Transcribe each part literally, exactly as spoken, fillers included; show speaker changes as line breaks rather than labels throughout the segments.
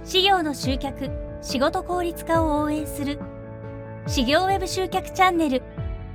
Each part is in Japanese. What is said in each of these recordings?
事業の集客・仕事効率化を応援する事業ウェブ集客チャンネル。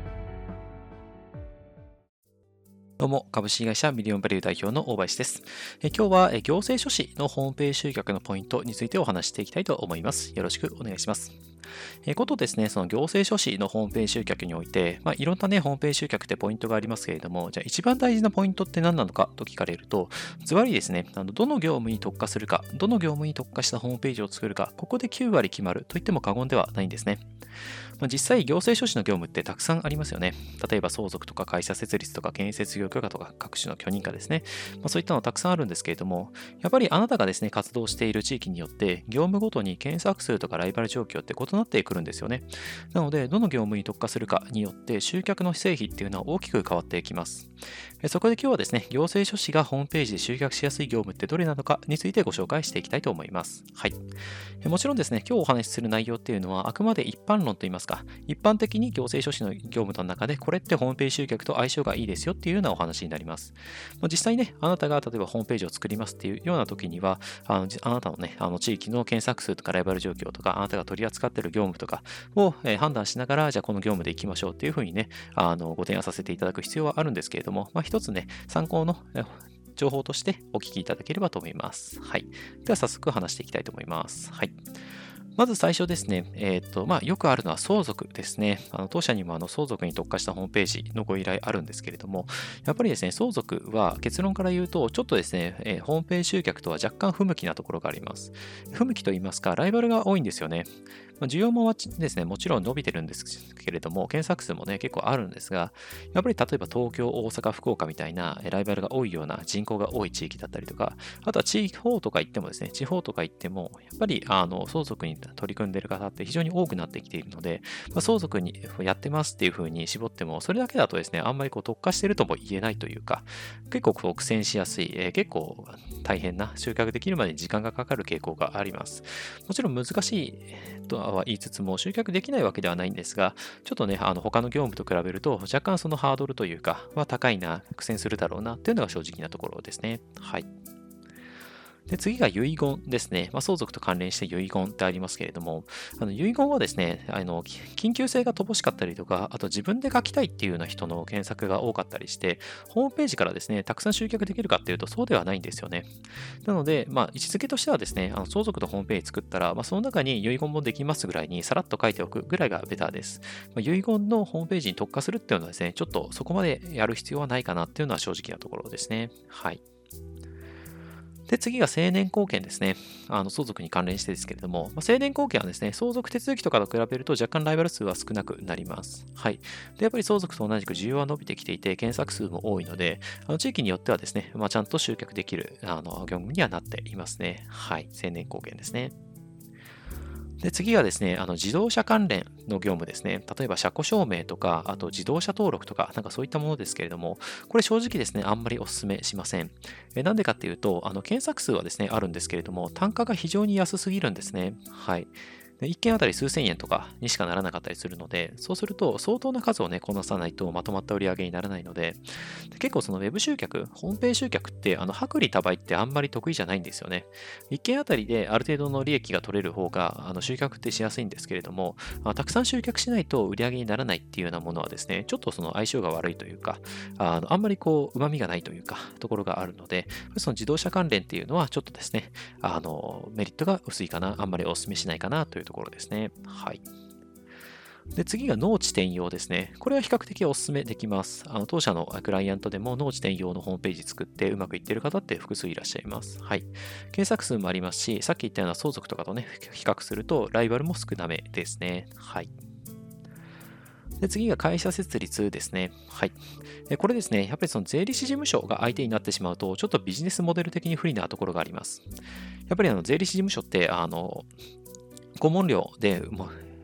どうも、株式会社ミリオンバリュー代表の大林です。え今日はえ行政書士のホームページ集客のポイントについてお話していきたいと思います。よろしくお願いします。えことですね、その行政書士のホームページ集客において、まあ、いろんなね、ホームページ集客ってポイントがありますけれども、じゃあ一番大事なポイントって何なのかと聞かれると、ズバリですね、あのどの業務に特化するか、どの業務に特化したホームページを作るか、ここできゅう割決まると言っても過言ではないんですね。まあ、実際、行政書士の業務ってたくさんありますよね。例えば相続とか会社設立とか建設業許可とか各種の許認可ですね。まあ、そういったのたくさんあるんですけれども、やっぱりあなたがですね、活動している地域によって、業務ごとに検索数とかライバル状況って異なってくるんですよね。なので、どの業務に特化するかによって、集客の成否っていうのは大きく変わってきます。そこで今日はですね、行政書士がホームページで集客しやすい業務ってどれなのかについてご紹介していきたいと思います。はい。もちろんですね、今日お話しする内容っていうのは、あくまで一般論といいますか、一般的に行政書士の業務の中で、これってホームページ集客と相性がいいですよっていうようなお話になります。実際ね、あなたが例えばホームページを作りますっていうような時には、あのあなたのね、あの地域の検索数とかライバル状況とか、あなたが取り扱っている業務とかを、えー、判断しながら、じゃあこの業務でいきましょうっていうふうにね、あのご提案させていただく必要はあるんですけれども、まあ、一つね、参考の情報としてお聞きいただければと思います。はい。では早速話していきたいと思います。はい。まず最初ですね、えーとまあ、よくあるのは相続ですね。あの当社にもあの相続に特化したホームページのご依頼あるんですけれども、やっぱりですね、相続は結論から言うと、ちょっとですね、えー、ホームページ集客とは若干不向きなところがあります。不向きと言いますか、ライバルが多いんですよね。需要もですね、もちろん伸びてるんですけれども、検索数もね、結構あるんですが、やっぱり例えば東京、大阪、福岡みたいなライバルが多いような人口が多い地域だったりとか、あとは地方とか行ってもですね、地方とか行っても、やっぱりあの相続に取り組んでいる方って非常に多くなってきているので、まあ、相続にやってますっていう風に絞っても、それだけだとですね、あんまりこう特化しているとも言えないというか、結構こう苦戦しやすい、えー、結構大変な集客できるまでに時間がかかる傾向があります。もちろん難しいとは言いつつも、集客できないわけではないんですが、ちょっとね、あの他の業務と比べると、若干そのハードルというか、は高いな、苦戦するだろうなっていうのが正直なところですね。はい。で次が遺言ですね。まあ、相続と関連して遺言ってありますけれども、あの遺言はですね、あの緊急性が乏しかったりとか、あと自分で書きたいっていうような人の検索が多かったりして、ホームページからですね、たくさん集客できるかっていうとそうではないんですよね。なので、まあ、位置づけとしてはですね、あの相続のホームページ作ったら、まあ、その中に遺言もできますぐらいにさらっと書いておくぐらいがベターです。まあ、遺言のホームページに特化するっていうのはですね、ちょっとそこまでやる必要はないかなっていうのは正直なところですね。はい。で、次が成年後見ですね。あの相続に関連してですけれども、まあ、成年後見はですね、相続手続きとかと比べると若干ライバル数は少なくなります。はい。で、やっぱり相続と同じく需要は伸びてきていて、検索数も多いので、あの地域によってはですね、まあ、ちゃんと集客できるあの業務にはなっていますね。はい。成年後見ですね。で、次はですね、あの自動車関連の業務ですね。例えば車庫証明とか、あと自動車登録とか、なんかそういったものですけれども、これ正直ですね、あんまりお勧めしません。えなんでかっていうと、あの検索数はですね、あるんですけれども、単価が非常に安すぎるんですね。はい。いっけんあたり数千円とかにしかならなかったりするので、そうすると相当な数をね、こなさないとまとまった売り上げにならないので、結構そのウェブ集客、ホームページ集客って、あの、薄利多売ってあんまり得意じゃないんですよね。いっけんあたりである程度の利益が取れる方が、あの、集客ってしやすいんですけれども、あたくさん集客しないと売り上げにならないっていうようなものはですね、ちょっとその相性が悪いというか、あの、あんまりこう、旨味がないというか、ところがあるので、その自動車関連っていうのはちょっとですね、あの、メリットが薄いかな、あんまりお勧めしないかなというところですね。はい。で、次が農地転用ですね。これは比較的お勧めできます。あの当社のクライアントでも農地転用のホームページ作ってうまくいっている方って複数いらっしゃいます。はい。検索数もありますし、さっき言ったような相続とかとね、比較するとライバルも少なめですね。はい。で、次が会社設立ですね。はい。でこれですね、やっぱりその税理士事務所が相手になってしまうと、ちょっとビジネスモデル的に不利なところがあります。やっぱりあの税理士事務所って、あの、顧問料で、もう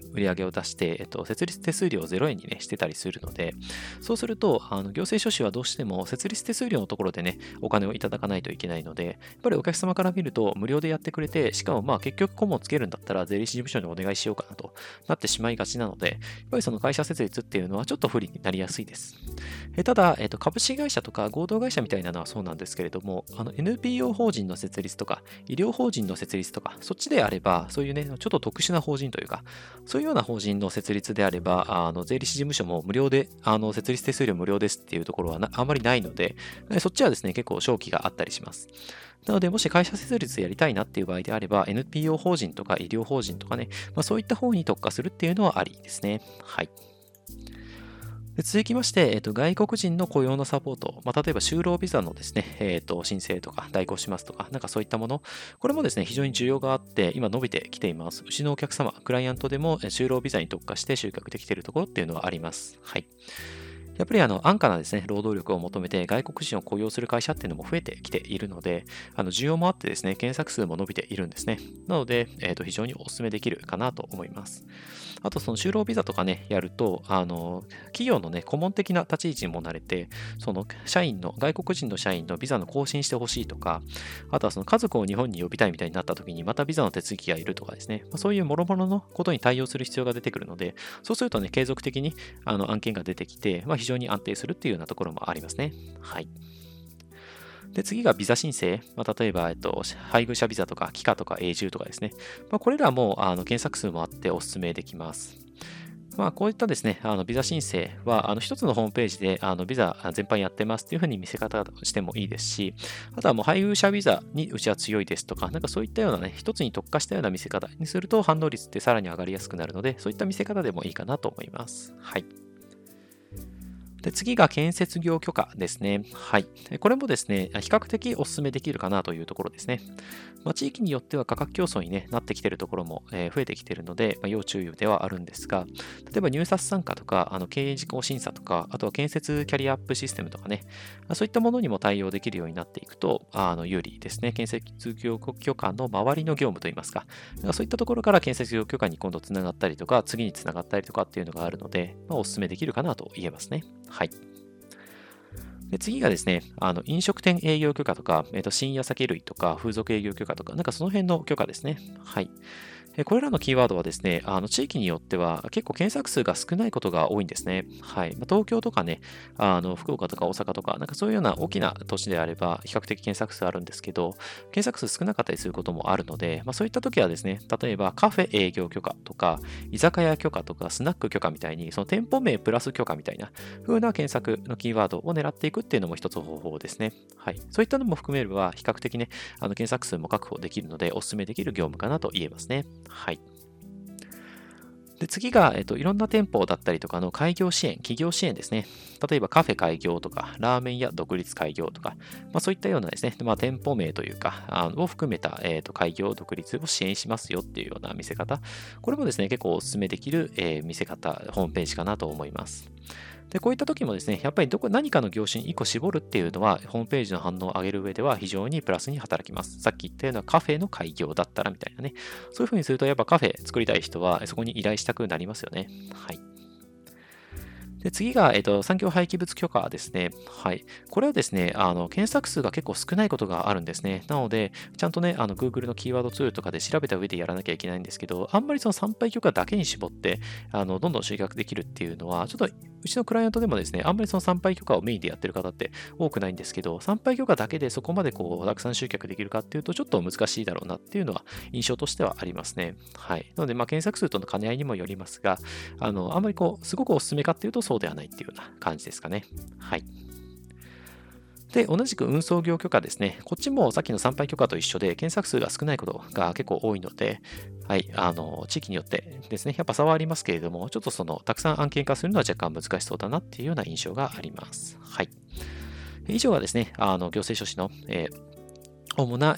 売上を出して、えっと、設立手数料をゼロえんにね、してたりするので、そうすると、あの行政書士はどうしても設立手数料のところでね、お金をいただかないといけないので、やっぱりお客様から見ると無料でやってくれて、しかもまあ結局顧問つけるんだったら税理士事務所にお願いしようかなとなってしまいがちなので、やっぱりその会社設立っていうのはちょっと不利になりやすいです。えただ、えっと、株式会社とか合同会社みたいなのはそうなんですけれども、あの エヌピーオー 法人の設立とか、医療法人の設立とか、そっちであれば、そういうね、ちょっと特殊な法人というか、そういうような法人の設立であれば、あの税理士事務所も無料で、あの設立手数料無料ですっていうところはなあんまりないので、そっちはですね、結構勝機があったりします。なので、もし会社設立やりたいなっていう場合であれば、エヌピーオー 法人とか医療法人とかね、まあ、そういった方に特化するっていうのはありですね。はい。で続きまして、えっと、外国人の雇用のサポート、まあ、例えば就労ビザのですね、えっと、申請とか代行しますとか、なんかそういったもの、これもですね、非常に需要があって、今伸びてきています。うちのお客様、クライアントでも就労ビザに特化して集客できているところっていうのはあります。はい。やっぱりあの安価なですね、労働力を求めて外国人を雇用する会社っていうのも増えてきているので、あの需要もあってですね、検索数も伸びているんですね。なので、えーと、非常にお勧めできるかなと思います。あと、その就労ビザとかね、やると、あの、企業のね、顧問的な立ち位置にもなれて、その社員の、外国人の社員のビザの更新してほしいとか、あとはその家族を日本に呼びたいみたいになった時に、またビザの手続きがいるとかですね、まあ、そういう諸々のことに対応する必要が出てくるので、そうするとね、継続的にあの案件が出てきて、まあ、非常に安定するっていうようなところもありますね。はい。で、次がビザ申請。まあ、例えば、えっと、配偶者ビザとか、帰化とか永住とかですね。まあ、これらもあの検索数もあってお勧めできます。まあ、こういったですね、あのビザ申請は、あの一つのホームページであのビザ全般やってますっていうふうに見せ方してもいいですし、あとはもう配偶者ビザにうちは強いですとか、なんかそういったようなね、一つに特化したような見せ方にすると反応率ってさらに上がりやすくなるので、そういった見せ方でもいいかなと思います。はい。で次が建設業許可ですね。はい。これもですね、比較的お勧めできるかなというところですね。まあ、地域によっては価格競争に、ね、なってきているところも、えー増えてきているので、まあ、要注意ではあるんですが、例えば入札参加とか、あの経営事項審査とか、あとは建設キャリアアップシステムとかね、そういったものにも対応できるようになっていくと、あの有利ですね。建設業許可の周りの業務といいますか、そういったところから建設業許可に今度つながったりとか、次につながったりとかっていうのがあるので、まあ、お勧めできるかなと言えますね。はい。で次がですね、あの飲食店営業許可とか、えーと、深夜酒類とか、風俗営業許可とか、なんかその辺の許可ですね。はい。これらのキーワードはですね、あの地域によっては結構検索数が少ないことが多いんですね。はい。まあ、東京とかね、あの福岡とか大阪とか、なんかそういうような大きな都市であれば比較的検索数あるんですけど、検索数少なかったりすることもあるので、まあ、そういった時はですね、例えばカフェ営業許可とか、居酒屋許可とか、スナック許可みたいに、その店舗名プラス許可みたいな風な検索のキーワードを狙っていくっていうのも一つ方法ですね。はい。そういったのも含めれば、比較的ね、あの検索数も確保できるので、お勧めできる業務かなと言えますね。はい。で次が、えっと、いろんな店舗だったりとかの開業支援、企業支援ですね。例えばカフェ開業とか、ラーメン屋独立開業とか、まあ、そういったようなですね、まあ、店舗名というか、あのを含めた、えーと、開業、独立を支援しますよっていうような見せ方。これもですね、結構お勧めできる、えー見せ方、ホームページかなと思います。で、こういった時もですね、やっぱりどこ何かの業種にいっこ絞るっていうのは、ホームページの反応を上げる上では非常にプラスに働きます。さっき言ったようなカフェの開業だったらみたいなね。そういう風にすると、やっぱカフェ作りたい人はそこに依頼したくなりますよね。はい。で次が、えっと、産業廃棄物許可ですね。はい。これはですね、あの、検索数が結構少ないことがあるんですね。なので、ちゃんとね、あの、Google のキーワードツールとかで調べた上でやらなきゃいけないんですけど、あんまりその参拝許可だけに絞って、あの、どんどん集客できるっていうのは、ちょっと、うちのクライアントでもですね、あんまりその参拝許可をメインでやってる方って多くないんですけど、参拝許可だけでそこまでこう、たくさん集客できるかっていうと、ちょっと難しいだろうなっていうのは印象としてはありますね。はい。なので、まあ、検索数との兼ね合いにもよりますが、あの、あんまりこう、すごくお勧めかっていうと、そうではないっていうような感じですかね。はい。で、同じく運送業許可ですね。こっちもさっきの参拝許可と一緒で、検索数が少ないことが結構多いので、はい、あの、地域によってですね、やっぱ差はありますけれども、ちょっとその、たくさん案件化するのは若干難しそうだなっていうような印象があります。はい。以上がですね、あの、行政書士の、えー主な、えー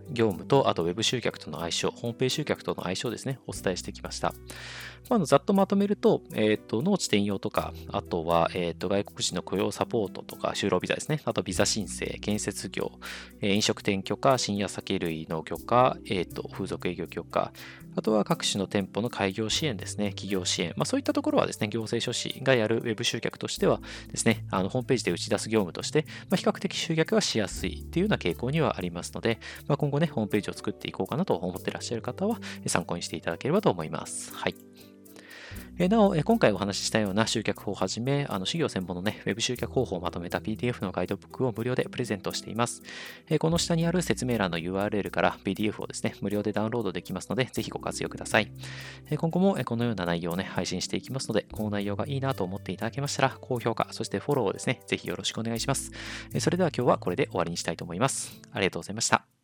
業務と、あと Web 集客との相性、ホームページ集客との相性ですね、お伝えしてきました。まあ、あのざっとまとめると、えっと、農地転用とか、あとは、えっと、外国人の雇用サポートとか、就労ビザですね、あとビザ申請、建設業、えー飲食店許可、深夜酒類の許可、えっと、風俗営業許可、あとは各種の店舗の開業支援ですね、企業支援、まあ、そういったところはですね、行政書士がやる Web 集客としてはですね、あのホームページで打ち出す業務として、まあ、比較的集客がしやすいっていうような傾向にはありますので、まあ、今後ね、ホームページを作っていこうかなと思っていらっしゃる方は、参考にしていただければと思います。はい。えなお、え今回お話ししたような集客法をはじめ、あの、事業専門のね、ウェブ集客方法をまとめた ピーディーエフ のガイドブックを無料でプレゼントしています。えこの下にある説明欄の ユーアールエル から ピーディーエフ をですね、無料でダウンロードできますので、ぜひご活用ください。え今後もえこのような内容をね、配信していきますので、この内容がいいなと思っていただけましたら、高評価、そしてフォローをですね、ぜひよろしくお願いします。えそれでは今日はこれで終わりにしたいと思います。ありがとうございました。